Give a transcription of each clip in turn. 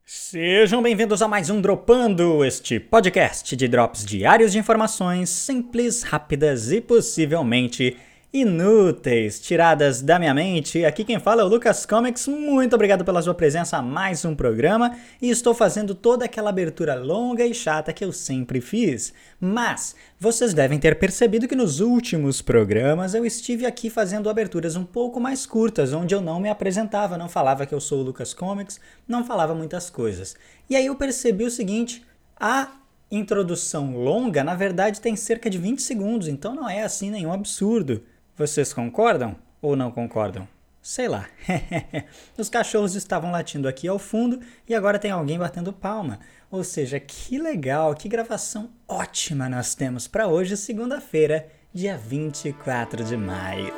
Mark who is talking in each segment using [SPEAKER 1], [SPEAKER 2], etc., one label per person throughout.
[SPEAKER 1] Sejam bem-vindos a mais um Dropando, este podcast de drops diários de informações simples, rápidas e possivelmente inúteis, tiradas da minha mente. Aqui quem fala é o Lucas Comics, muito obrigado pela sua presença a mais um programa e estou fazendo toda aquela abertura longa e chata que eu sempre fiz. Mas vocês devem ter percebido que nos últimos programas eu estive aqui fazendo aberturas um pouco mais curtas, onde eu não me apresentava, não falava que eu sou o Lucas Comics, não falava muitas coisas. E aí eu percebi o seguinte, a introdução longa na verdade tem cerca de 20 segundos, então não é assim nenhum absurdo. Vocês concordam ou não concordam? Sei lá. Os cachorros estavam latindo aqui ao fundo e agora tem alguém batendo palma. Ou seja, que legal, que gravação ótima nós temos para hoje, segunda-feira, dia 24 de maio.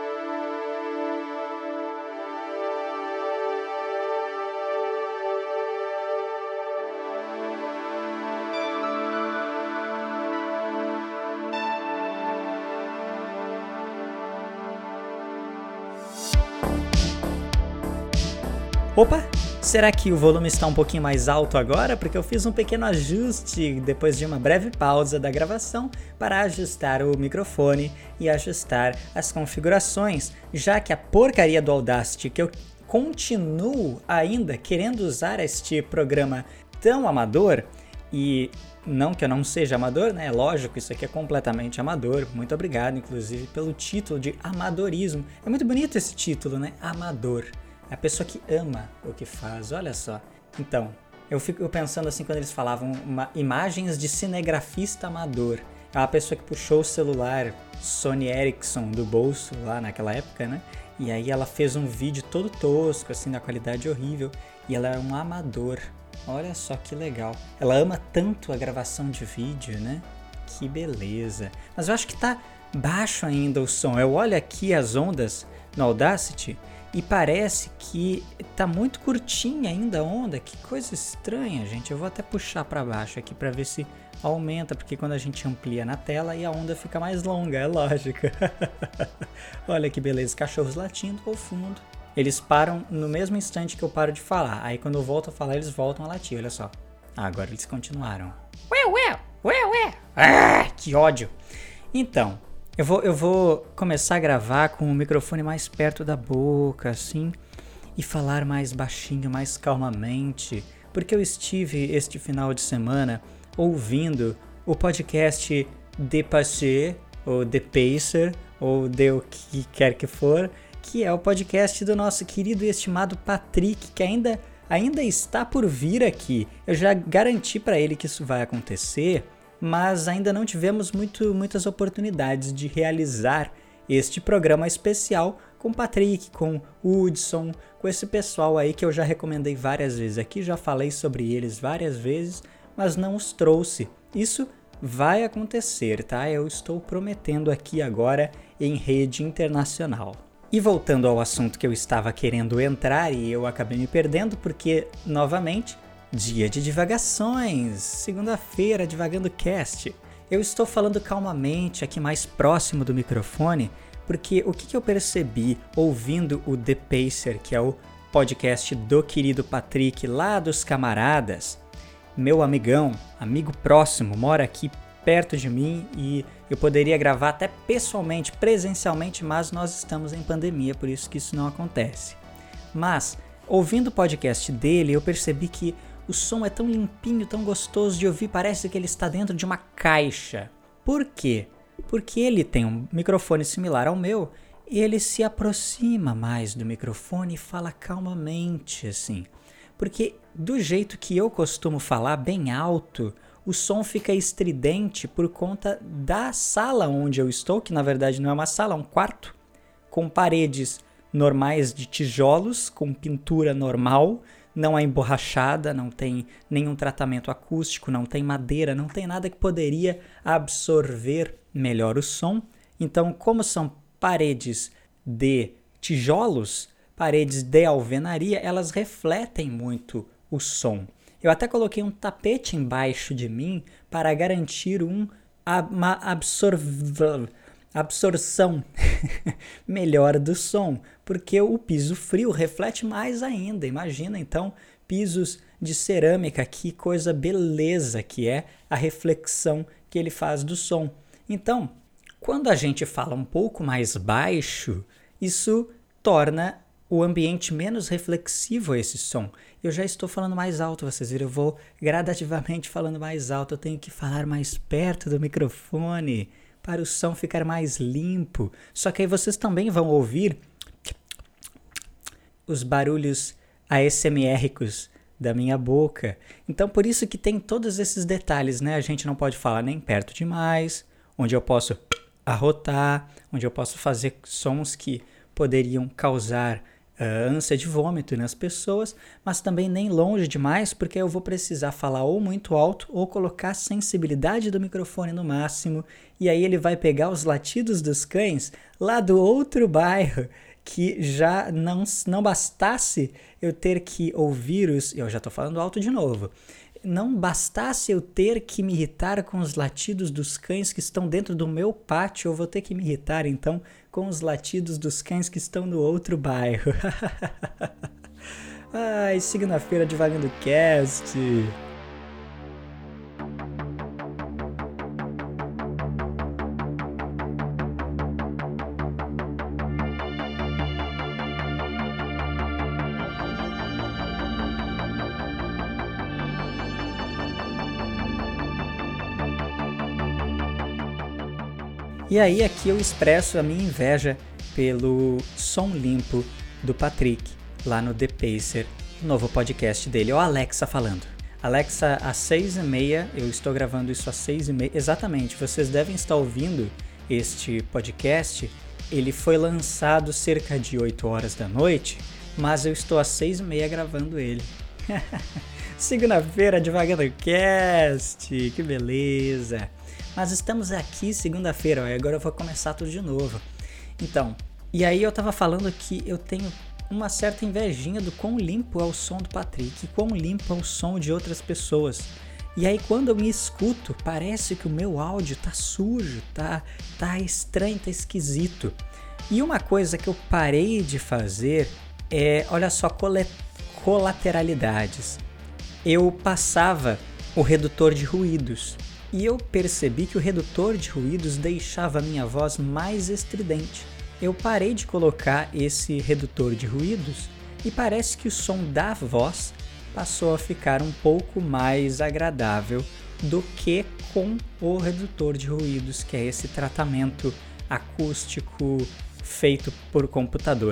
[SPEAKER 1] Opa, será que o volume está um pouquinho mais alto agora? Porque eu fiz um pequeno ajuste depois de uma breve pausa da gravação para ajustar o microfone e ajustar as configurações, já que a porcaria do Audacity que eu continuo ainda querendo usar este programa tão amador, e não que eu não seja amador, né? Lógico, isso aqui é completamente amador. Muito obrigado, inclusive, pelo título de amadorismo. É muito bonito esse título, né? Amador. É a pessoa que ama o que faz, olha só. Então, eu fico pensando assim quando eles falavam imagens de cinegrafista amador. É uma pessoa que puxou o celular Sony Ericsson do bolso lá naquela época, né? E aí ela fez um vídeo todo tosco, assim, da qualidade horrível. E ela é um amador. Olha só que legal. Ela ama tanto a gravação de vídeo, né? Que beleza. Mas eu acho que tá baixo ainda o som. Eu olho aqui as ondas no Audacity e parece que tá muito curtinha ainda a onda, que coisa estranha, gente. Eu vou até puxar para baixo aqui para ver se aumenta, porque quando a gente amplia na tela e a onda fica mais longa, é lógico. Olha que beleza, cachorros latindo ao fundo. Eles param no mesmo instante que eu paro de falar, aí quando eu volto a falar eles voltam a latir, olha só. Agora eles continuaram. Que ódio. Então, eu vou começar a gravar com o microfone mais perto da boca, assim, e falar mais baixinho, mais calmamente, porque eu estive este final de semana ouvindo o podcast The Pacer, ou The Pacer, ou The o que quer que for, que é o podcast do nosso querido e estimado Patrick, que ainda está por vir aqui. Eu já garanti para ele que isso vai acontecer, mas ainda não tivemos muitas oportunidades de realizar este programa especial com o Patrick, com o Hudson, com esse pessoal aí que eu já recomendei várias vezes aqui, já falei sobre eles várias vezes, mas não os trouxe. Isso vai acontecer, tá? Eu estou prometendo aqui agora em rede internacional. E voltando ao assunto que eu estava querendo entrar e eu acabei me perdendo porque, novamente, dia de divagações, segunda-feira, Divagando Cast. Eu estou falando calmamente aqui mais próximo do microfone, porque o que eu percebi ouvindo o The Pacer, que é o podcast do querido Patrick, lá dos camaradas, meu amigão, amigo próximo, mora aqui perto de mim e eu poderia gravar até pessoalmente, presencialmente, mas nós estamos em pandemia, por isso que isso não acontece. Mas, ouvindo o podcast dele, eu percebi que o som é tão limpinho, tão gostoso de ouvir, parece que ele está dentro de uma caixa. Por quê? Porque ele tem um microfone similar ao meu e ele se aproxima mais do microfone e fala calmamente, assim. Porque do jeito que eu costumo falar, bem alto, o som fica estridente por conta da sala onde eu estou, que na verdade não é uma sala, é um quarto, com paredes normais de tijolos, com pintura normal, não é emborrachada, não tem nenhum tratamento acústico, não tem madeira, não tem nada que poderia absorver melhor o som. Então, como são paredes de tijolos, paredes de alvenaria, elas refletem muito o som. Eu até coloquei um tapete embaixo de mim para garantir uma absorção melhor do som, porque o piso frio reflete mais ainda. Imagina então pisos de cerâmica, que coisa beleza que é a reflexão que ele faz do som. Então, quando a gente fala um pouco mais baixo, isso torna o ambiente menos reflexivo a esse som. Eu já estou falando mais alto, vocês viram? Eu vou gradativamente falando mais alto, eu tenho que falar mais perto do microfone para o som ficar mais limpo. Só que aí vocês também vão ouvir os barulhos ASMRicos da minha boca. Então por isso que tem todos esses detalhes, né? A gente não pode falar nem perto demais, onde eu posso arrotar, onde eu posso fazer sons que poderiam causar ânsia de vômito nas pessoas, mas também nem longe demais, porque eu vou precisar falar ou muito alto ou colocar a sensibilidade do microfone no máximo, e aí ele vai pegar os latidos dos cães lá do outro bairro, que já não bastasse eu ter que ouvir os... Eu já estou falando alto de novo. Não bastasse eu ter que me irritar com os latidos dos cães que estão dentro do meu pátio, eu vou ter que me irritar, então, com os latidos dos cães que estão no outro bairro. Ai, segunda-feira de Vagando Cast. E aí aqui eu expresso a minha inveja pelo som limpo do Patrick, lá no The Pacer, novo podcast dele, o Alexa falando. Alexa, às 6h30, eu estou gravando isso às 6h30, exatamente, vocês devem estar ouvindo este podcast, ele foi lançado cerca de 8 horas da noite, mas eu estou às 6h30 gravando ele. Segunda-feira de Vagando Cast, que beleza! Mas estamos aqui segunda-feira, agora eu vou começar tudo de novo. Então, e aí eu tava falando que eu tenho uma certa invejinha do quão limpo é o som do Patrick, quão limpo é o som de outras pessoas. E aí quando eu me escuto, parece que o meu áudio tá sujo, tá estranho, tá esquisito. E uma coisa que eu parei de fazer é, olha só, colateralidades. Eu passava o redutor de ruídos. E eu percebi que o redutor de ruídos deixava a minha voz mais estridente. Eu parei de colocar esse redutor de ruídos e parece que o som da voz passou a ficar um pouco mais agradável do que com o redutor de ruídos, que é esse tratamento acústico feito por computador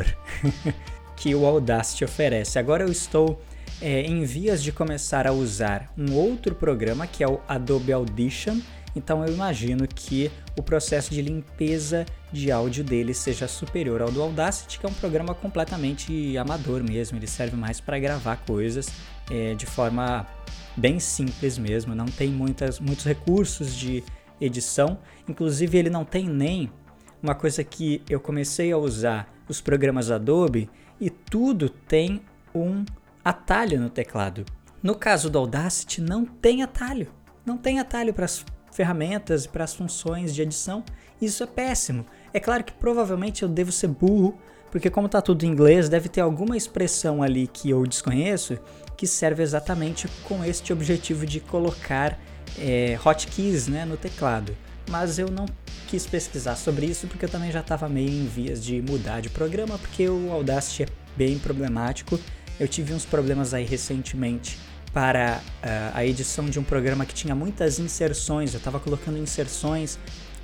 [SPEAKER 1] que o Audacity oferece. Agora eu estou em vias de começar a usar um outro programa que é o Adobe Audition, então eu imagino que o processo de limpeza de áudio dele seja superior ao do Audacity, que é um programa completamente amador mesmo, ele serve mais para gravar coisas de forma bem simples mesmo, não tem muitos recursos de edição, inclusive ele não tem nem uma coisa que eu comecei a usar, os programas Adobe, e tudo tem um atalho no teclado. No caso do Audacity não tem atalho para as ferramentas e para as funções de edição. Isso é péssimo. É claro que provavelmente eu devo ser burro, porque como está tudo em inglês, deve ter alguma expressão ali que eu desconheço que serve exatamente com este objetivo de colocar hotkeys, né, no teclado. Mas eu não quis pesquisar sobre isso porque eu também já estava meio em vias de mudar de programa, porque o Audacity é bem problemático. Eu tive uns problemas aí recentemente para a edição de um programa que tinha muitas inserções. Eu estava colocando inserções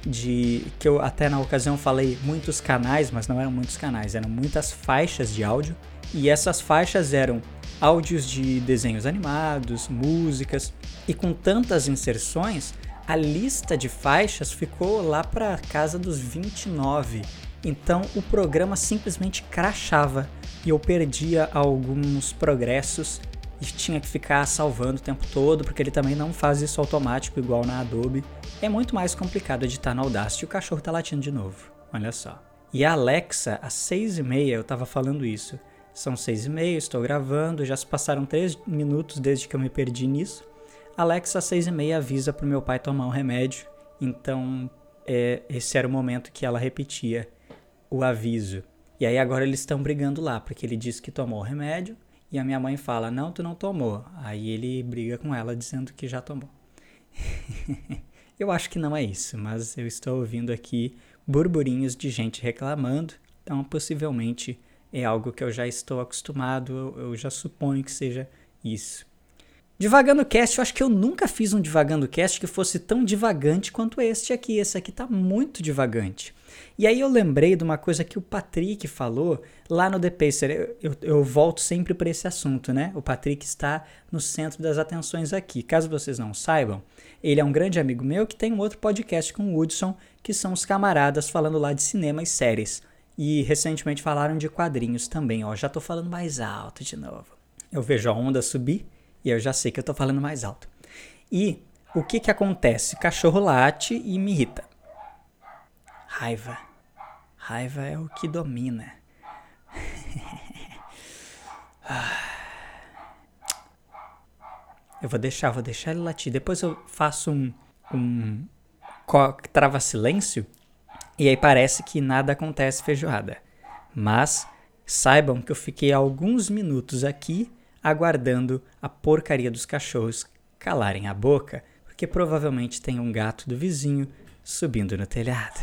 [SPEAKER 1] que eu até na ocasião falei muitos canais, mas não eram muitos canais, eram muitas faixas de áudio. E essas faixas eram áudios de desenhos animados, músicas, e com tantas inserções, a lista de faixas ficou lá para casa dos 29. Então o programa simplesmente crashava e eu perdia alguns progressos e tinha que ficar salvando o tempo todo, porque ele também não faz isso automático igual na Adobe. É muito mais complicado editar no Audacity. O cachorro tá latindo de novo, olha só. E a Alexa, às 6h30, eu tava falando isso. São 6h30, estou gravando, já se passaram 3 minutos desde que eu me perdi nisso. Alexa, às 6h30, avisa pro meu pai tomar um remédio. Então, esse era o momento que ela repetia o aviso. E aí agora eles estão brigando lá, porque ele disse que tomou o remédio e a minha mãe fala, não, tu não tomou. Aí ele briga com ela dizendo que já tomou. Eu acho que não é isso, mas eu estou ouvindo aqui burburinhos de gente reclamando, então possivelmente é algo que eu já estou acostumado, eu já suponho que seja isso. Divagando Cast, eu acho que eu nunca fiz um Divagando Cast que fosse tão divagante quanto este aqui. Esse aqui tá muito divagante. E aí eu lembrei de uma coisa que o Patrick falou lá no The Pacer. Eu volto sempre para esse assunto, né? O Patrick está no centro das atenções aqui. Caso vocês não saibam, ele é um grande amigo meu que tem um outro podcast com o Woodson, que são os camaradas falando lá de cinema e séries. E recentemente falaram de quadrinhos também, ó. Já tô falando mais alto de novo. Eu vejo a onda subir e eu já sei que eu tô falando mais alto. E o que acontece? Cachorro late e me irrita. Raiva. Raiva é o que domina. Eu vou deixar ele latir. Depois eu faço um trava silêncio e aí parece que nada acontece feijoada. Mas saibam que eu fiquei alguns minutos aqui aguardando a porcaria dos cachorros calarem a boca, porque provavelmente tem um gato do vizinho subindo no telhado.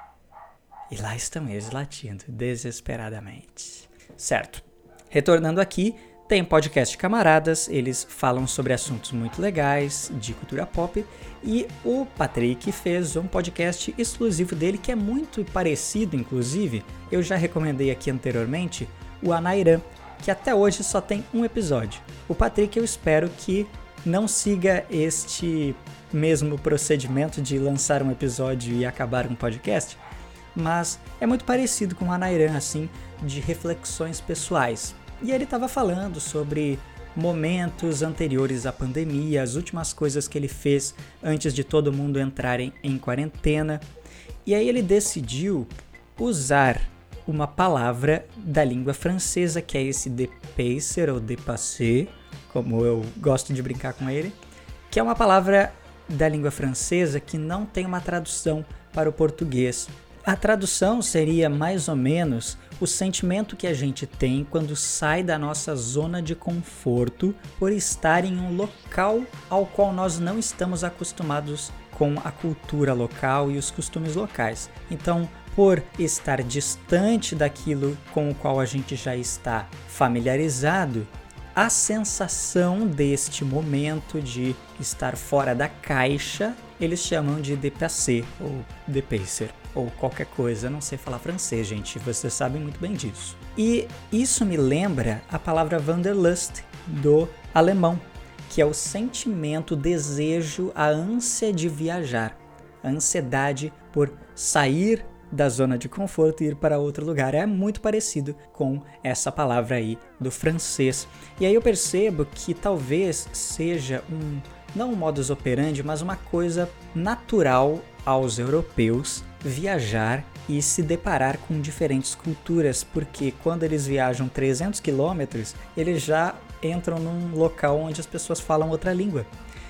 [SPEAKER 1] E lá estão eles latindo desesperadamente. Certo. Retornando aqui, tem um podcast de camaradas, eles falam sobre assuntos muito legais de cultura pop, e o Patrick fez um podcast exclusivo dele que é muito parecido, inclusive, eu já recomendei aqui anteriormente, o Anairan, que até hoje só tem um episódio. O Patrick, eu espero que não siga este mesmo procedimento de lançar um episódio e acabar um podcast, mas é muito parecido com o Anairan, assim, de reflexões pessoais. E ele estava falando sobre momentos anteriores à pandemia, as últimas coisas que ele fez antes de todo mundo entrar em quarentena. E aí ele decidiu usar uma palavra da língua francesa, que é esse dépasser ou dépassé, como eu gosto de brincar com ele, que é uma palavra da língua francesa que não tem uma tradução para o português. A tradução seria mais ou menos o sentimento que a gente tem quando sai da nossa zona de conforto por estar em um local ao qual nós não estamos acostumados com a cultura local e os costumes locais. Então, por estar distante daquilo com o qual a gente já está familiarizado, a sensação deste momento de estar fora da caixa, eles chamam de dépassé ou dépasser ou qualquer coisa. Eu não sei falar francês, gente, vocês sabem muito bem disso. E isso me lembra a palavra Wanderlust do alemão, que é o sentimento, o desejo, a ânsia de viajar, a ansiedade por sair da zona de conforto e ir para outro lugar. É muito parecido com essa palavra aí do francês. E aí eu percebo que talvez seja não um modus operandi, mas uma coisa natural aos europeus viajar e se deparar com diferentes culturas, porque quando eles viajam 300 quilômetros, eles já entram num local onde as pessoas falam outra língua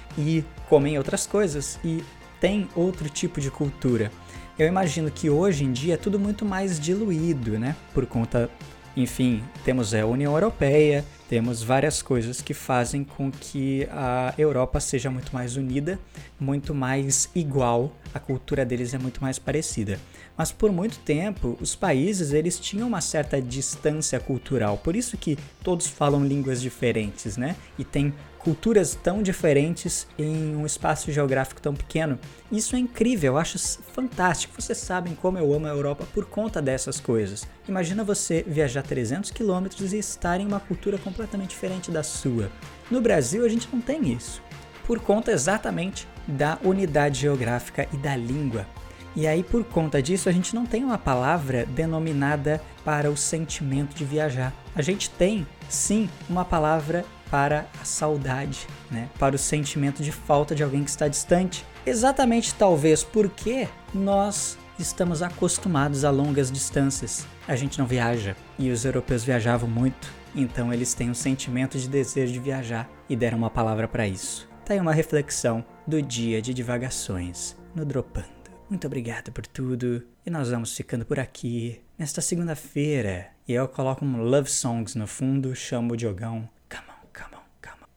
[SPEAKER 1] e comem outras coisas e tem outro tipo de cultura. Eu imagino que hoje em dia é tudo muito mais diluído, né? Por conta, enfim, temos a União Europeia, temos várias coisas que fazem com que a Europa seja muito mais unida, muito mais igual, a cultura deles é muito mais parecida. Mas por muito tempo, os países eles tinham uma certa distância cultural, por isso que todos falam línguas diferentes, né? E tem culturas tão diferentes em um espaço geográfico tão pequeno. Isso é incrível, eu acho fantástico. Vocês sabem como eu amo a Europa por conta dessas coisas. Imagina você viajar 300 quilômetros e estar em uma cultura completamente diferente da sua. No Brasil a gente não tem isso, por conta exatamente da unidade geográfica e da língua. E aí por conta disso a gente não tem uma palavra denominada para o sentimento de viajar. A gente tem, sim, uma palavra para a saudade, né? Para o sentimento de falta de alguém que está distante. Exatamente, talvez, porque nós estamos acostumados a longas distâncias. A gente não viaja e os europeus viajavam muito, então eles têm um sentimento de desejo de viajar e deram uma palavra para isso. Tá aí uma reflexão do dia de divagações no Dropando. Muito obrigado por tudo e nós vamos ficando por aqui nesta segunda-feira. E eu coloco um Love Songs no fundo, chamo o Diogão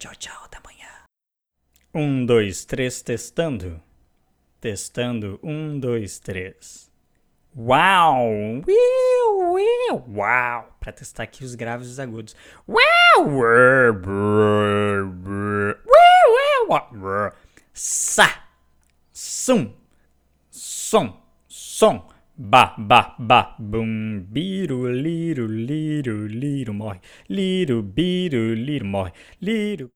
[SPEAKER 1] Tchau, tchau, até amanhã. 1, 2, 3, testando. Testando, 1, 2, 3. Uau! Uau! Pra testar aqui os graves e os agudos. Uau! Sa! Sum! Som! Som! Ba, bum, biru, liru, morre. Liru, biru, liru, morre. Liru.